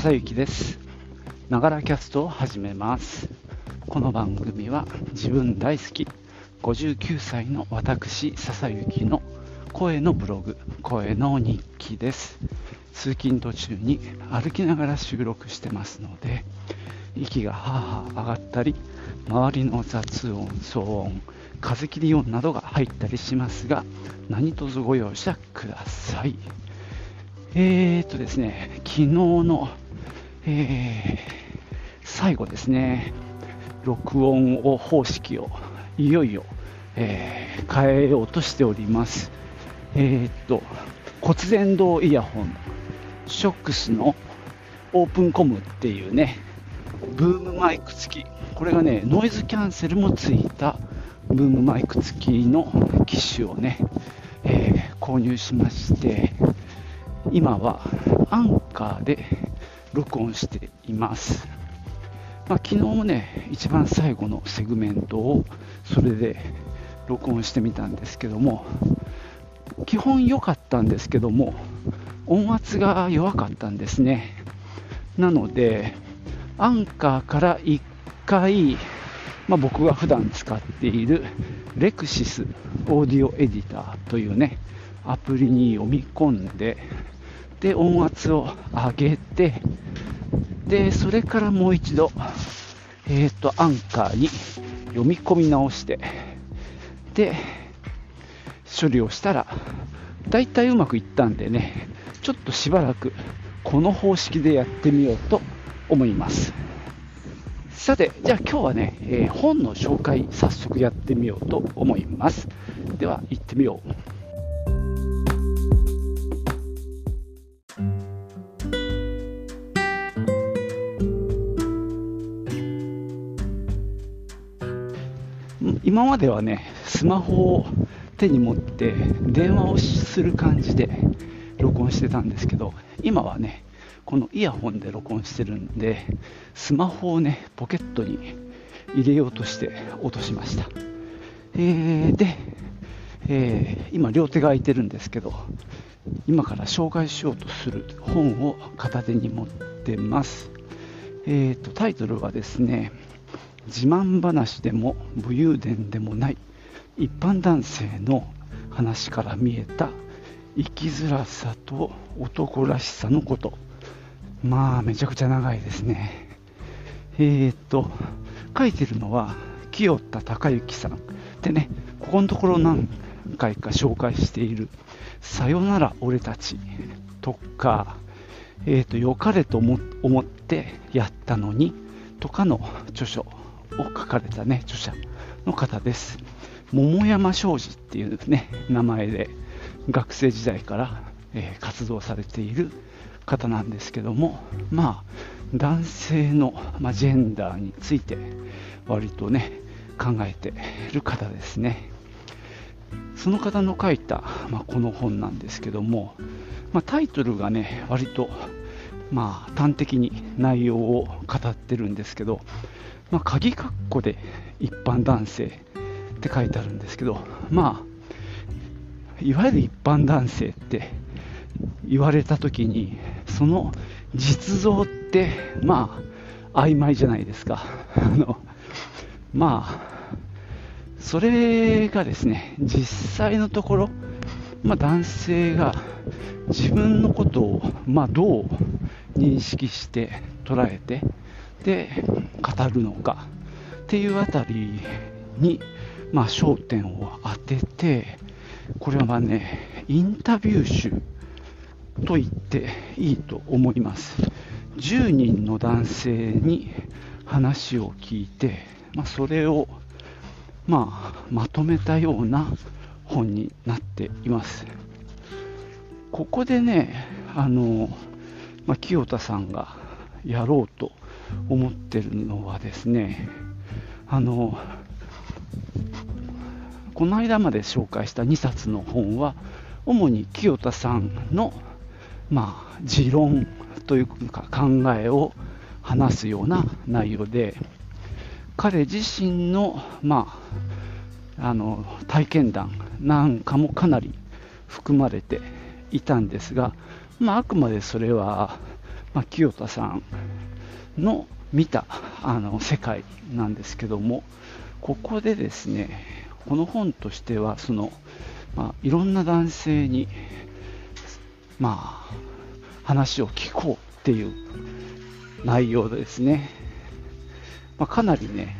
笹幸です。ながらキャストを始めます。この番組は自分大好き59歳の私笹幸の声のブログ、声の日記です。通勤途中に歩きながら収録してますので、息がはぁはぁ上がったり、周りの雑音、騒音、風切り音などが入ったりしますが、何卒ご容赦ください。ですね、昨日の、最後ですね、録音方式をいよいよ、変えようとしております。骨伝導イヤホン、ショックスのオープンコムっていうね、ブームマイク付き、これがね、ノイズキャンセルもついたブームマイク付きの機種をね、購入しまして、今はアンカーで録音しています。昨日もね、一番最後のセグメントをそれで録音してみたんですけども、基本良かったんですけども、音圧が弱かったんですね。なのでアンカーから1回、僕が普段使っているレクシスオーディオエディターというねアプリに読み込んで、で音圧を上げて、でそれからもう一度アンカーに読み込み直して、で処理をしたらだいたいうまくいったんでね、ちょっとしばらくこの方式でやってみようと思います。さて、じゃあ今日はね、本の紹介早速やってみようと思います。では行ってみよう。今まではね、スマホを手に持って電話をする感じで録音してたんですけど、今はね、このイヤホンで録音してるんで、スマホをね、ポケットに入れようとして落としました。今両手が空いてるんですけど、今から紹介しようとする本を片手に持ってます。タイトルはですね、自慢話でも武勇伝でもない一般男性の話から見えた生きづらさと男らしさのこと。めちゃくちゃ長いですね。書いてるのは清田隆之さんでね、ここのところ何回か紹介しているさよなら俺たちとか、良かれと思ってやったのにとかの著書を書かれたね、著者の方です。桃山商事っていうね名前で学生時代から、活動されている方なんですけども、男性の、ジェンダーについて割とね考えている方ですね。その方の書いた、この本なんですけども、タイトルがね割と端的に内容を語ってるんですけど、鍵括弧で一般男性って書いてあるんですけど、いわゆる一般男性って言われた時に、その実像って曖昧じゃないですか。それがですね、実際のところ、男性が自分のことをどう認識して捉えてで語るのかっていうあたりに、焦点を当てて、これはねインタビュー集と言っていいと思います。10人の男性に話を聞いて、それをまとめたような本になっています。ここでね、清田さんがやろうと思ってるのはですね、この間まで紹介した2冊の本は主に清田さんの持論というか考えを話すような内容で、彼自身の体験談なんかもかなり含まれていたんですが、あくまでそれは清田さんの見た世界なんですけども、ここでですね、この本としてはいろんな男性に、話を聞こうっていう内容でですね、かなりね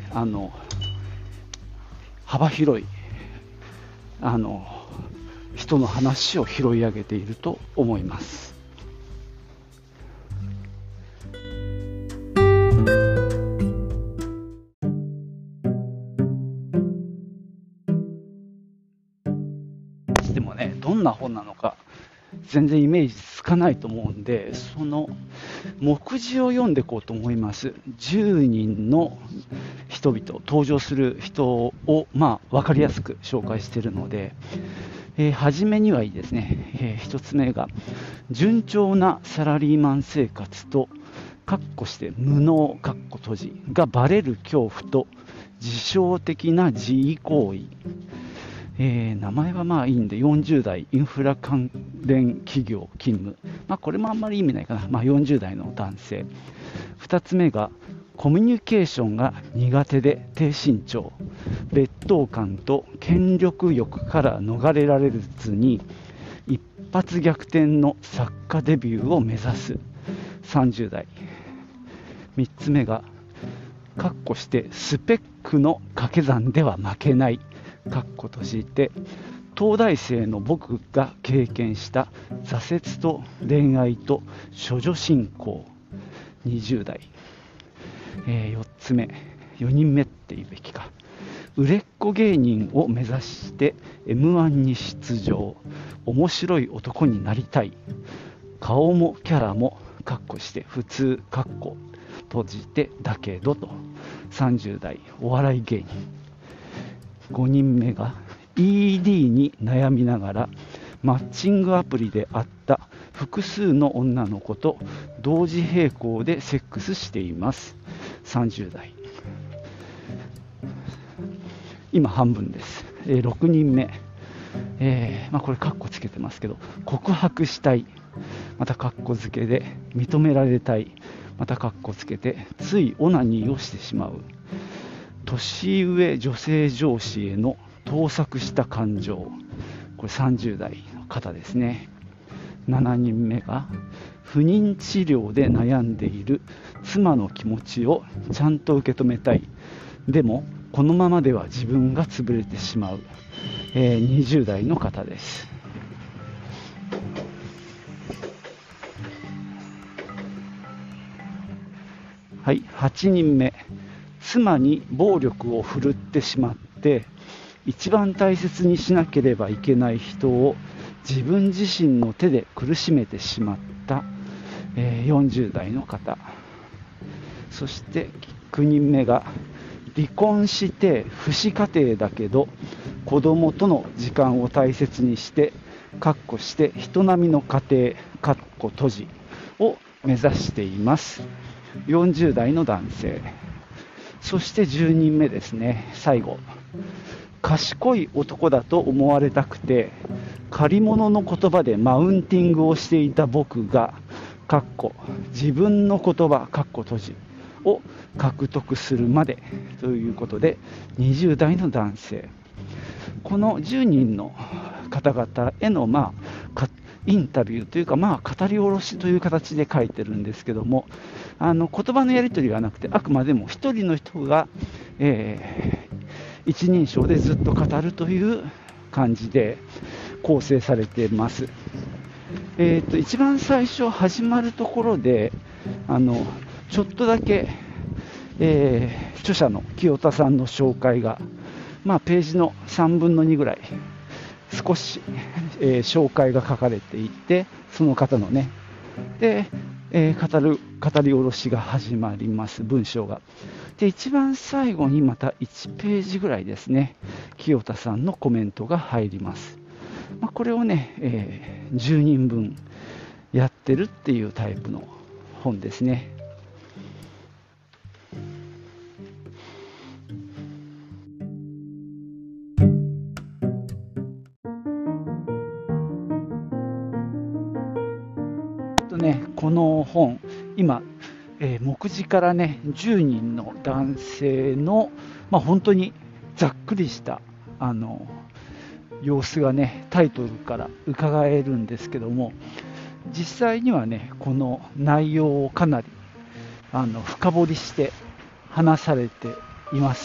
幅広い人の話を拾い上げていると思います。でもね、どんな本なのか全然イメージつかないと思うんで、その目次を読んでいこうと思います。10人の人々、登場する人を分かりやすく紹介しているので、初めにはいいですね、1つ目が順調なサラリーマン生活とかっこして無能かっこ閉じがバレる恐怖と自傷的な自慰行為。名前はいいんで、40代インフラ関連企業勤務、これもあんまり意味ないかな、40代の男性。2つ目がコミュニケーションが苦手で低身長、劣等感と権力欲から逃れられずに一発逆転の作家デビューを目指す30代。3つ目がかっこしてスペックの掛け算では負けないかっこ閉じて、東大生の僕が経験した挫折と恋愛と処女信仰20代。4つ目、4人目って言うべきか、売れっ子芸人を目指して M1 に出場、面白い男になりたい、顔もキャラもかっこして普通かっこ閉じてだけどと30代お笑い芸人。5人目が ED に悩みながらマッチングアプリで会った複数の女の子と同時並行でセックスしています30代。今半分です。6人目、これカッコつけてますけど、告白したい、またカッコ付けで認められたい、またカッコつけてついオナニーをしてしまう。年上女性上司への盗作した感情、これ30代の方ですね。7人目が不妊治療で悩んでいる妻の気持ちをちゃんと受け止めたい、でもこのままでは自分が潰れてしまう、20代の方です。はい、8人目、妻に暴力を振るってしまって一番大切にしなければいけない人を自分自身の手で苦しめてしまった、40代の方。そして9人目が離婚して不死家庭だけど子供との時間を大切にしてかっこして人並みの家庭かっこ閉じを目指しています40代の男性。そして10人目ですね、最後、賢い男だと思われたくて借り物の言葉でマウンティングをしていた僕がかっこ自分の言葉かっこ閉じを獲得するまでということで20代の男性。この10人の方々への、インタビューというか、語り下ろしという形で書いてるんですけども、言葉のやり取りはなくてあくまでも一人の人が、一人称でずっと語るという感じで構成されています。一番最初始まるところでちょっとだけ、著者の清田さんの紹介が、ページの3分の2ぐらい少し、紹介が書かれていて、その方のねで、語り下ろしが始まります。文章がで一番最後にまた1ページぐらいですね、清田さんのコメントが入ります。これをね、10人分やってるっていうタイプの本ですね。 この本、今、目次からね、10人の男性の、本当にざっくりした様子がね、タイトルから伺えるんですけども、実際にはね、この内容をかなり深掘りして話されています。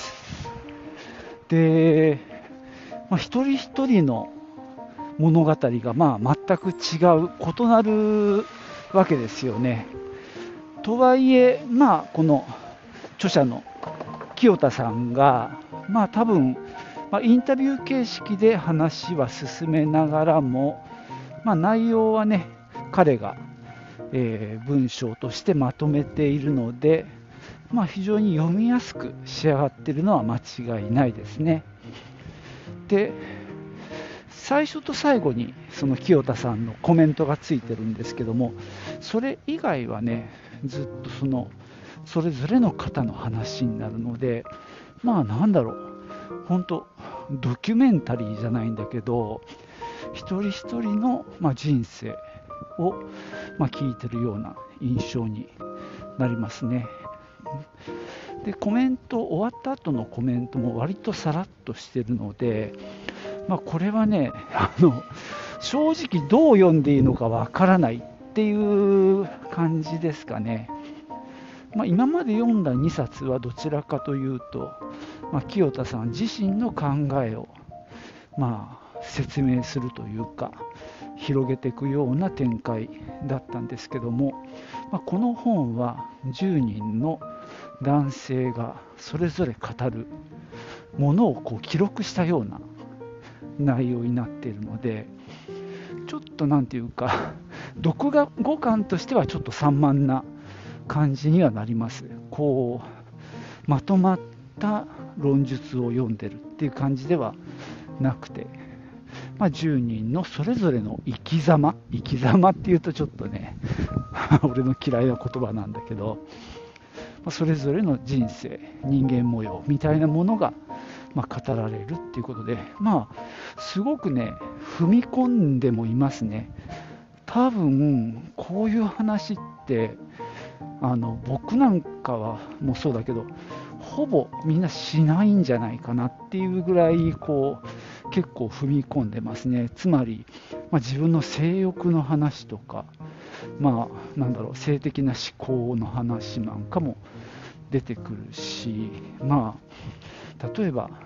で、一人一人の物語が全く違う、異なるわけですよね。とはいえ、この著者の清田さんが、多分、インタビュー形式で話は進めながらも、内容はね、彼が、文章としてまとめているので、非常に読みやすく仕上がっているのは間違いないですね。で、最初と最後にその清田さんのコメントがついてるんですけども、それ以外はね、ずっとそれぞれの方の話になるので、なんだろう、本当ドキュメンタリーじゃないんだけど、一人一人の人生を聞いてるような印象になりますね。で、コメント終わった後のコメントも割とさらっとしてるので、これはね、正直どう読んでいいのかわからないっていう感じですかね。今まで読んだ2冊はどちらかというと、清田さん自身の考えを、説明するというか、広げていくような展開だったんですけども、この本は10人の男性がそれぞれ語るものを記録したような内容になっているので、ちょっとなんていうか、読後感としてはちょっと散漫な感じにはなります。まとまった論述を読んでるっていう感じではなくて、10人のそれぞれの生き様っていうとちょっとね俺の嫌いな言葉なんだけど、それぞれの人生、人間模様みたいなものが語られるっていうことで、すごくね踏み込んでもいますね。多分こういう話って僕なんかはもうそうだけど、ほぼみんなしないんじゃないかなっていうぐらい結構踏み込んでますね。つまり、自分の性欲の話とか、性的な思考の話なんかも出てくるし、例えば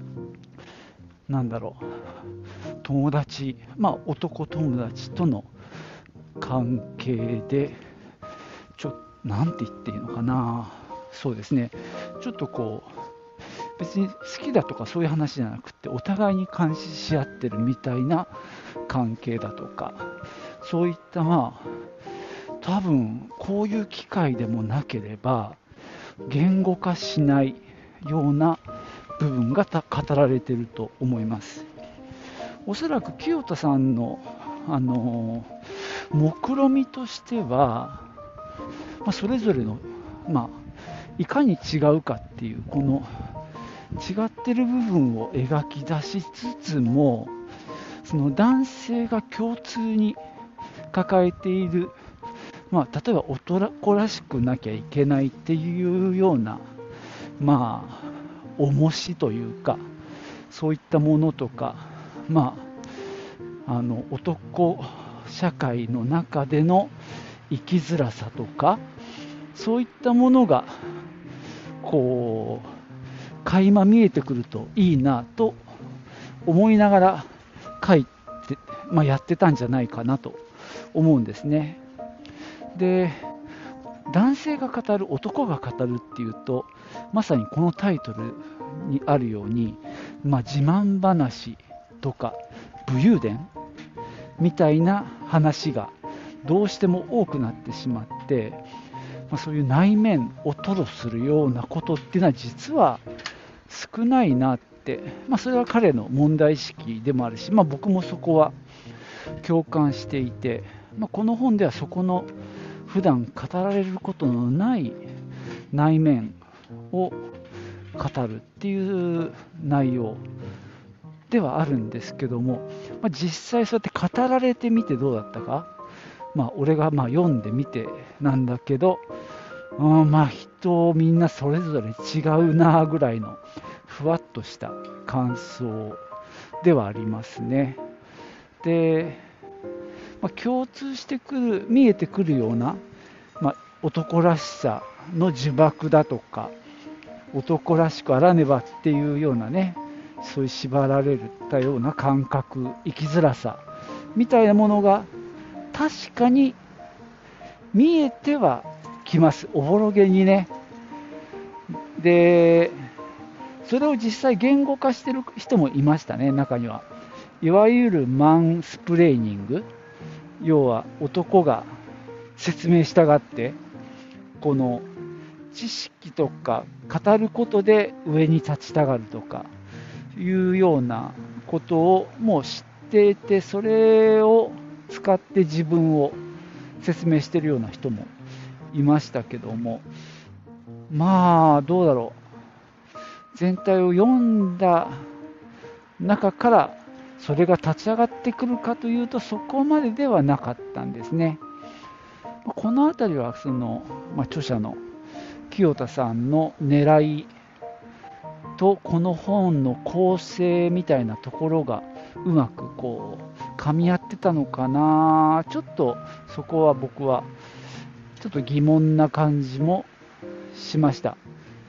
友達、男友達との関係でなんて言っていいのかな、そうですね、ちょっと別に好きだとかそういう話じゃなくて、お互いに監視し合ってるみたいな関係だとか、そういった多分こういう機会でもなければ言語化しないような部分が語られていると思います。おそらく清田さんの目論見としては、それぞれの、いかに違うかっていう、この違ってる部分を描き出しつつも、その男性が共通に抱えている、例えば男らしくなきゃいけないっていうような、重しというか、そういったものとか、男社会の中での生きづらさとか、そういったものが垣間見えてくるといいなと思いながら書いて、やってたんじゃないかなと思うんですね。で、男性が語る、男が語るっていうと、まさにこのタイトルにあるように、自慢話とか武勇伝みたいな話がどうしても多くなってしまって、そういう内面を吐露するようなことっていうのは実は少ないなって、それは彼の問題意識でもあるし、僕もそこは共感していて、この本ではそこの普段語られることのない内面を語るっていう内容ではあるんですけども、実際そうやって語られてみてどうだったか、 俺が読んでみてなんだけど、人みんなそれぞれ違うなぐらいのふわっとした感想ではありますね。で、共通して見えてくるような、男らしさの呪縛だとか、男らしくあらねばっていうようなね、そういう縛られたような感覚、生きづらさみたいなものが確かに見えてはきます、おぼろげにね。で、それを実際言語化してる人もいましたね、中には。いわゆるマンスプレーニング、要は男が説明したがって、この知識とか語ることで上に立ちたがるとかいうようなことをもう知っていて、それを使って自分を説明しているような人もいましたけども、どうだろう、全体を読んだ中からそれが立ち上がってくるかというと、そこまでではなかったんですね。このあたりは著者の清田さんの狙いとこの本の構成みたいなところがうまく噛み合ってたのかな。ちょっとそこは僕はちょっと疑問な感じもしました。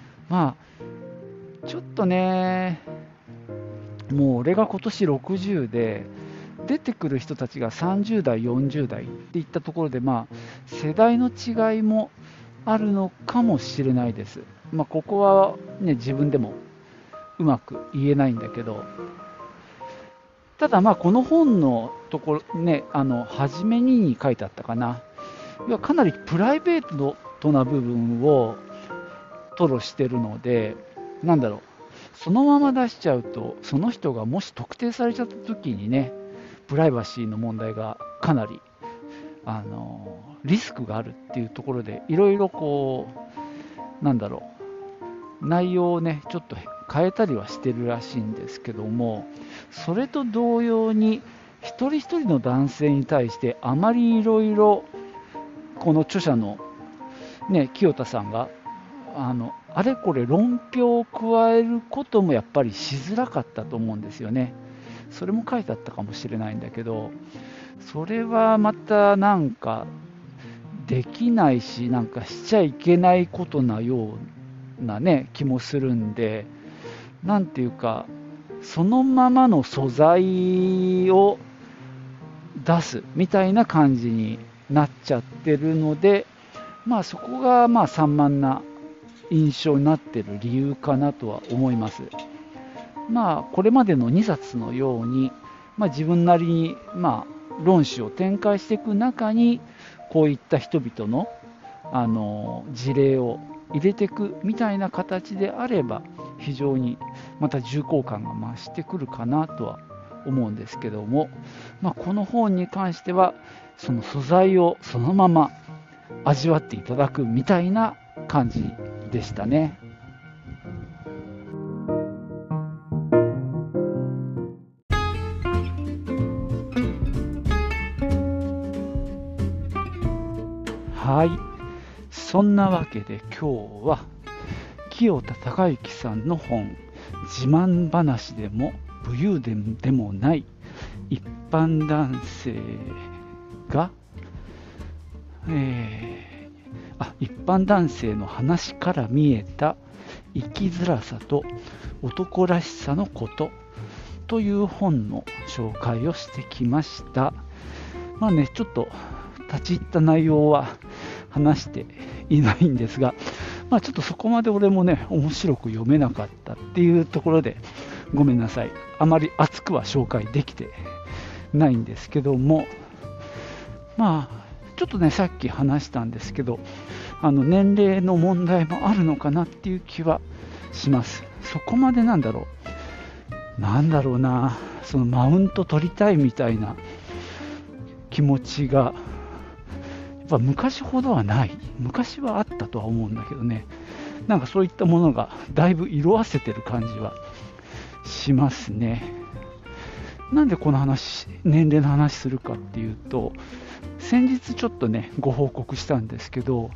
ちょっとね、もう俺が今年60で出てくる人たちが30代40代っていったところで、世代の違いもあるのかもしれないです。ここはね、自分でもうまく言えないんだけど、ただこの本のところね、初めに書いてあったかな、かなりプライベートな部分を吐露してるので、そのまま出しちゃうと、その人がもし特定されちゃった時にね、プライバシーの問題がかなりリスクがあるっていうところで、いろいろ内容をねちょっと変えたりはしてるらしいんですけども、それと同様に一人一人の男性に対してあまりいろいろこの著者の清田さんがあれこれ論評を加えることもやっぱりしづらかったと思うんですよね。それも書いてあったかもしれないんだけど、それはまたできないし、しちゃいけないことなようなね気もするんで、そのままの素材を出すみたいな感じになっちゃってるので、そこが散漫な印象になってる理由かなとは思います。これまでの2冊のように、自分なりに論旨を展開していく中に、こういった人々の事例を入れていくみたいな形であれば、非常にまた重厚感が増してくるかなとは思うんですけども、この本に関してはその素材をそのまま味わっていただくみたいな感じでしたね。はい、そんなわけで今日は清田孝之さんの本、自慢話でも武勇伝でもない一般男性が、一般男性の話から見えた生きづらさと男らしさのことという本の紹介をしてきました。ちょっと立ち入った内容は話していないんですが、ちょっとそこまで俺もね面白く読めなかったっていうところでごめんなさい。あまり熱くは紹介できてないんですけども、ちょっとねさっき話したんですけど、年齢の問題もあるのかなっていう気はします。そこまでそのマウント取りたいみたいな気持ちがやっぱ昔ほどはない。昔はあったとは思うんだけどね、そういったものがだいぶ色あせてる感じはしますね。 なんでこの年齢の話するかっていうと、先日ちょっとねご報告したんですけど、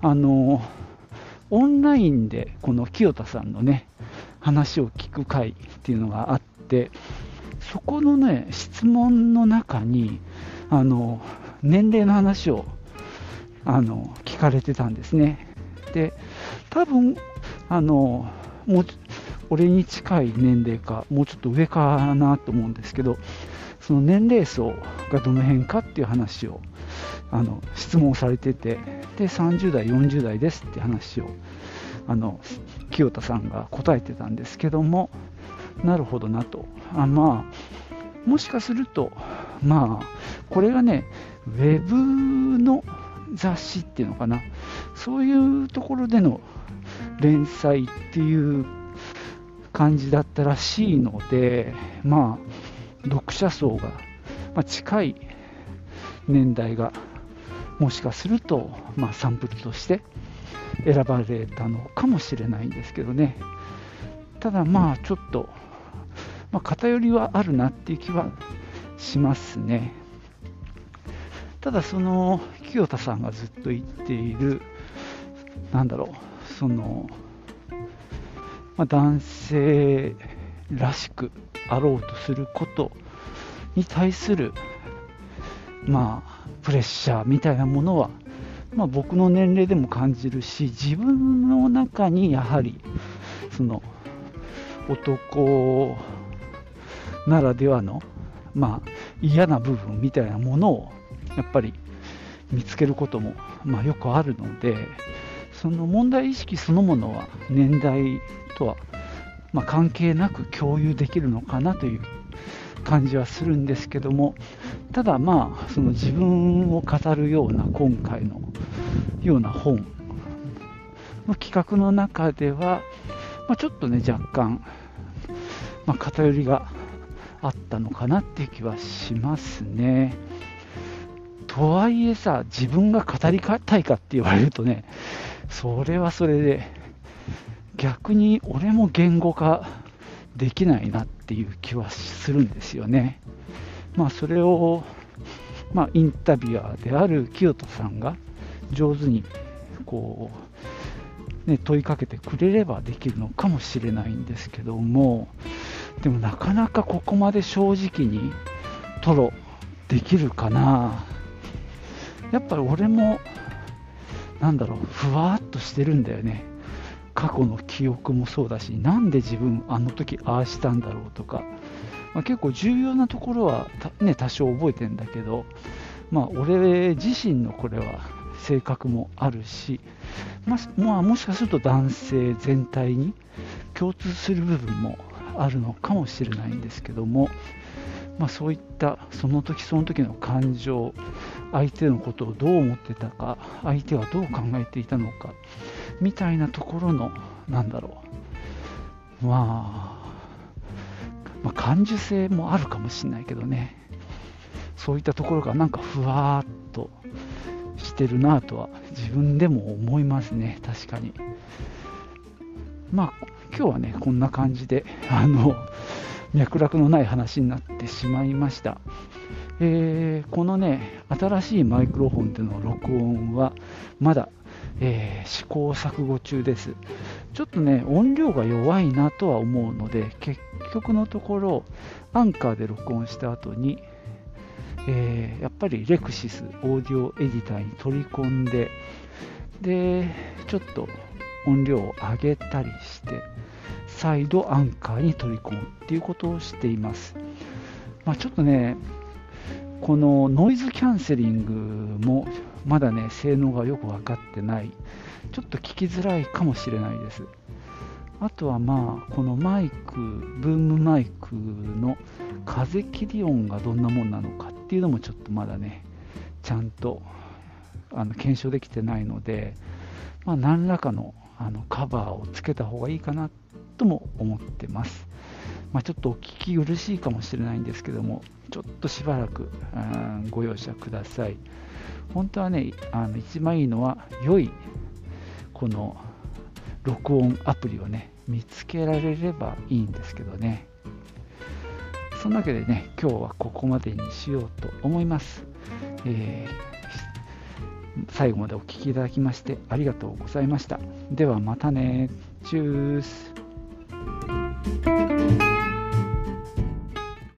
オンラインでこの清田さんのね話を聞く会っていうのがあって、そこのね質問の中に年齢の話を聞かれてたんですね。で、多分もう俺に近い年齢かもうちょっと上かなと思うんですけど、その年齢層がどの辺かっていう話を質問されてて、で30代40代ですって話を清田さんが答えてたんですけども、なるほどなと。まあもしかするとこれがねウェブの雑誌っていうのかな、そういうところでの連載っていう感じだったらしいので、読者層が近い年代がもしかするとサンプルとして選ばれたのかもしれないんですけどね。ただちょっと偏りはあるなっていう気はしますね。ただその清田さんがずっと言っている男性らしくあろうとすることに対するプレッシャーみたいなものは、僕の年齢でも感じるし、自分の中にやはりその男ならではの嫌な部分みたいなものをやっぱり見つけることもよくあるので、その問題意識そのものは年代とは関係なく共有できるのかなという感じはするんですけども、ただその自分を語るような今回のような本の企画の中では、ちょっとね若干偏りがあったのかなっていう気はしますね。とはいえさ、自分が語りたいかって言われるとね、それはそれで逆に俺も言語化できないなっていう気はするんですよね。それをインタビュアーである清田さんが上手に問いかけてくれればできるのかもしれないんですけども、でもなかなかここまで正直に吐露できるかな。やっぱり俺もふわーっとしてるんだよね。過去の記憶もそうだし、なんで自分あの時ああしたんだろうとか、結構重要なところは多少覚えてんだけど、俺自身のこれは性格もあるし、もしかすると男性全体に共通する部分もあるのかもしれないんですけども、そういったその時その時の感情、相手のことをどう思ってたか、相手はどう考えていたのかみたいなところの感受性もあるかもしれないけどね、そういったところがふわーっとしてるなとは自分でも思いますね。確かに今日はねこんな感じで脈絡のない話になってしまいました。このね新しいマイクロフォンでの録音はまだ、試行錯誤中です。ちょっとね音量が弱いなとは思うので、結局のところアンカーで録音した後に、やっぱりレクシスオーディオエディターに取り込んで、ちょっと音量を上げたりして再度アンカーに取り込むっていうことをしています。ちょっとねこのノイズキャンセリングもまだね性能がよく分かってない、ちょっと聞きづらいかもしれないです。あとはこのマイク、ブームマイクの風切り音がどんなもんなのかっていうのもちょっとまだねちゃんと検証できてないので、何らかのカバーをつけた方がいいかなとも思ってます。ちょっとお聞き苦しいかもしれないんですけども、ちょっとしばらくご容赦ください。本当はね一番いいのは良いこの録音アプリをね見つけられればいいんですけどね。 そんなわけでね、今日はここまでにしようと思います。最後までお聞きいただきましてありがとうございました。ではまたね。チュース。